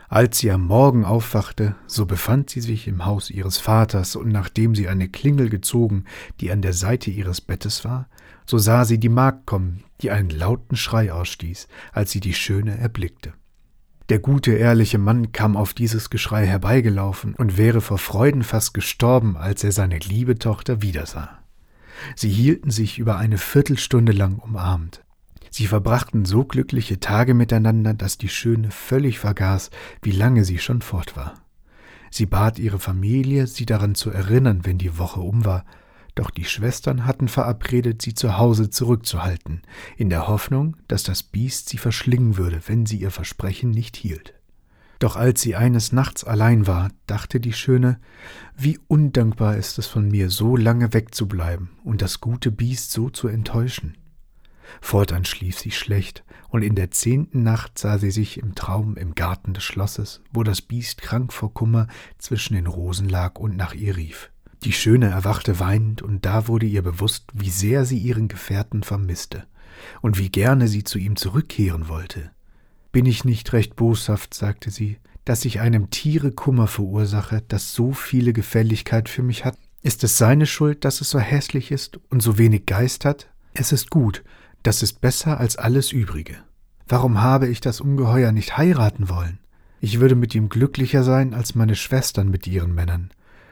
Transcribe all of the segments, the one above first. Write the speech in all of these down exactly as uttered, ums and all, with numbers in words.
Als sie am Morgen aufwachte, so befand sie sich im Haus ihres Vaters, und nachdem sie eine Klingel gezogen, die an der Seite ihres Bettes war, so sah sie die Magd kommen, die einen lauten Schrei ausstieß, als sie die Schöne erblickte. Der gute, ehrliche Mann kam auf dieses Geschrei herbeigelaufen und wäre vor Freuden fast gestorben, als er seine liebe Tochter wiedersah. Sie hielten sich über eine Viertelstunde lang umarmt. Sie verbrachten so glückliche Tage miteinander, dass die Schöne völlig vergaß, wie lange sie schon fort war. Sie bat ihre Familie, sie daran zu erinnern, wenn die Woche um war, doch die Schwestern hatten verabredet, sie zu Hause zurückzuhalten, in der Hoffnung, dass das Biest sie verschlingen würde, wenn sie ihr Versprechen nicht hielt. Doch als sie eines Nachts allein war, dachte die Schöne, wie undankbar ist es von mir, so lange wegzubleiben und das gute Biest so zu enttäuschen. Fortan schlief sie schlecht, und in der zehnten Nacht sah sie sich im Traum im Garten des Schlosses, wo das Biest krank vor Kummer zwischen den Rosen lag und nach ihr rief. Die Schöne erwachte weinend, und da wurde ihr bewusst, wie sehr sie ihren Gefährten vermisste und wie gerne sie zu ihm zurückkehren wollte. »Bin ich nicht recht boshaft«, sagte sie, »dass ich einem Tiere Kummer verursache, das so viele Gefälligkeit für mich hat? Ist es seine Schuld, dass es so hässlich ist und so wenig Geist hat? Es ist gut, das ist besser als alles Übrige. Warum habe ich das Ungeheuer nicht heiraten wollen? Ich würde mit ihm glücklicher sein als meine Schwestern mit ihren Männern.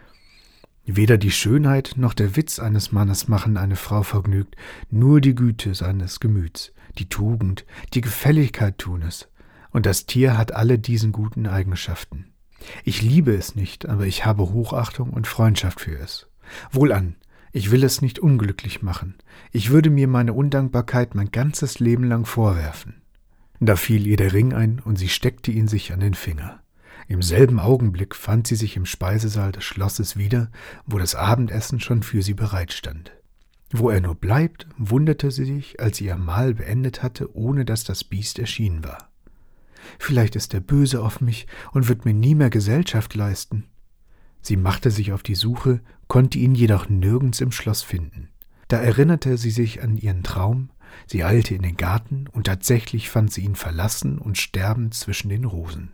Weder die Schönheit noch der Witz eines Mannes machen eine Frau vergnügt, nur die Güte seines Gemüts, die Tugend, die Gefälligkeit tun es, und das Tier hat alle diesen guten Eigenschaften. Ich liebe es nicht, aber ich habe Hochachtung und Freundschaft für es. Wohlan, ich will es nicht unglücklich machen. Ich würde mir meine Undankbarkeit mein ganzes Leben lang vorwerfen.« Da fiel ihr der Ring ein, und sie steckte ihn sich an den Finger. Im selben Augenblick fand sie sich im Speisesaal des Schlosses wieder, wo das Abendessen schon für sie bereitstand. Wo er nur bleibt, wunderte sie sich, als sie ihr Mahl beendet hatte, ohne dass das Biest erschienen war. »Vielleicht ist er böse auf mich und wird mir nie mehr Gesellschaft leisten.« Sie machte sich auf die Suche, konnte ihn jedoch nirgends im Schloss finden. Da erinnerte sie sich an ihren Traum, sie eilte in den Garten, und tatsächlich fand sie ihn verlassen und sterbend zwischen den Rosen.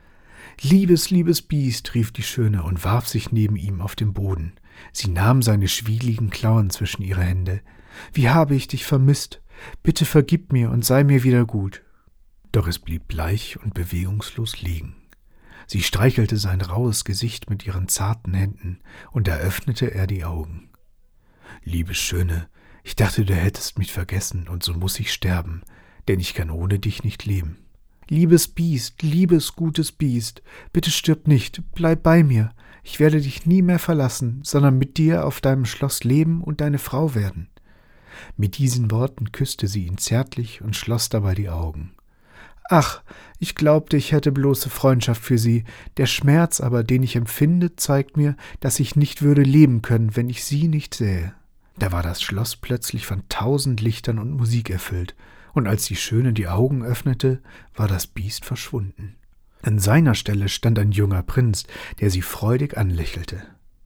»Liebes, liebes Biest«, rief die Schöne und warf sich neben ihm auf den Boden. Sie nahm seine schwieligen Klauen zwischen ihre Hände. »Wie habe ich dich vermisst? Bitte vergib mir und sei mir wieder gut.« Doch es blieb bleich und bewegungslos liegen. Sie streichelte sein raues Gesicht mit ihren zarten Händen, und da öffnete er die Augen. »Liebe Schöne, ich dachte, du hättest mich vergessen, und so muss ich sterben, denn ich kann ohne dich nicht leben.« »Liebes Biest, liebes, gutes Biest, bitte stirb nicht, bleib bei mir. Ich werde dich nie mehr verlassen, sondern mit dir auf deinem Schloss leben und deine Frau werden.« Mit diesen Worten küsste sie ihn zärtlich und schloss dabei die Augen. »Ach, ich glaubte, ich hätte bloße Freundschaft für sie. Der Schmerz aber, den ich empfinde, zeigt mir, dass ich nicht würde leben können, wenn ich sie nicht sähe.« Da war das Schloss plötzlich von tausend Lichtern und Musik erfüllt, und als die Schöne die Augen öffnete, war das Biest verschwunden. An seiner Stelle stand ein junger Prinz, der sie freudig anlächelte.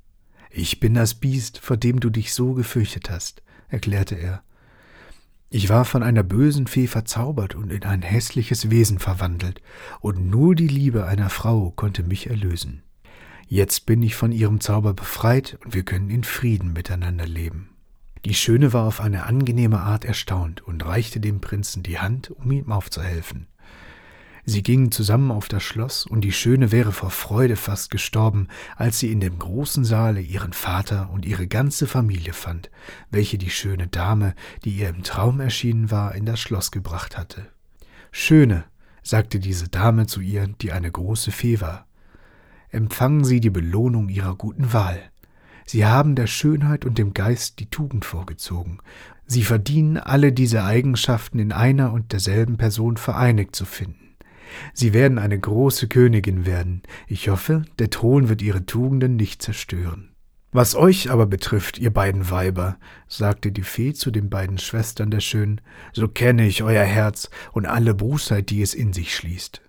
»Ich bin das Biest, vor dem du dich so gefürchtet hast«, erklärte er. »Ich war von einer bösen Fee verzaubert und in ein hässliches Wesen verwandelt, und nur die Liebe einer Frau konnte mich erlösen. Jetzt bin ich von ihrem Zauber befreit, und wir können in Frieden miteinander leben.« Die Schöne war auf eine angenehme Art erstaunt und reichte dem Prinzen die Hand, um ihm aufzuhelfen. Sie gingen zusammen auf das Schloss, und die Schöne wäre vor Freude fast gestorben, als sie in dem großen Saale ihren Vater und ihre ganze Familie fand, welche die schöne Dame, die ihr im Traum erschienen war, in das Schloss gebracht hatte. »Schöne«, sagte diese Dame zu ihr, die eine große Fee war, »empfangen Sie die Belohnung Ihrer guten Wahl. Sie haben der Schönheit und dem Geist die Tugend vorgezogen. Sie verdienen alle diese Eigenschaften in einer und derselben Person vereinigt zu finden. Sie werden eine große Königin werden. Ich hoffe, der Thron wird ihre Tugenden nicht zerstören. Was euch aber betrifft, ihr beiden Weiber«, sagte die Fee zu den beiden Schwestern der Schönen, »so kenne ich euer Herz und alle Bosheit, die es in sich schließt.«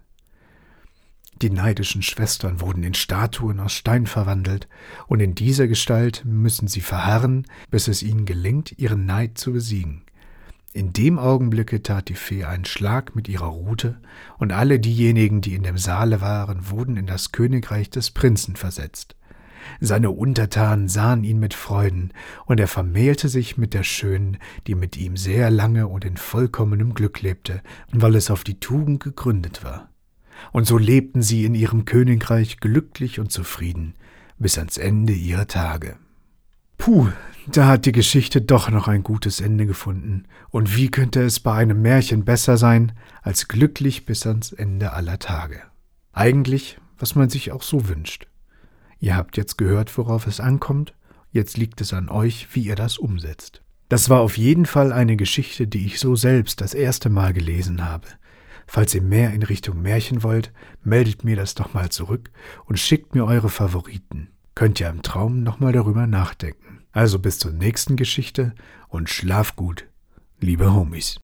Die neidischen Schwestern wurden in Statuen aus Stein verwandelt, und in dieser Gestalt müssen sie verharren, bis es ihnen gelingt, ihren Neid zu besiegen. In dem Augenblicke tat die Fee einen Schlag mit ihrer Rute, und alle diejenigen, die in dem Saale waren, wurden in das Königreich des Prinzen versetzt. Seine Untertanen sahen ihn mit Freuden, und er vermählte sich mit der Schönen, die mit ihm sehr lange und in vollkommenem Glück lebte, weil es auf die Tugend gegründet war. Und so lebten sie in ihrem Königreich glücklich und zufrieden bis ans Ende ihrer Tage. Puh, da hat die Geschichte doch noch ein gutes Ende gefunden. Und wie könnte es bei einem Märchen besser sein, als glücklich bis ans Ende aller Tage? Eigentlich, was man sich auch so wünscht. Ihr habt jetzt gehört, worauf es ankommt. Jetzt liegt es an euch, wie ihr das umsetzt. Das war auf jeden Fall eine Geschichte, die ich so selbst das erste Mal gelesen habe. Falls ihr mehr in Richtung Märchen wollt, meldet mir das doch mal zurück und schickt mir eure Favoriten. Könnt ihr im Traum nochmal darüber nachdenken. Also bis zur nächsten Geschichte und schlaf gut, liebe Homies.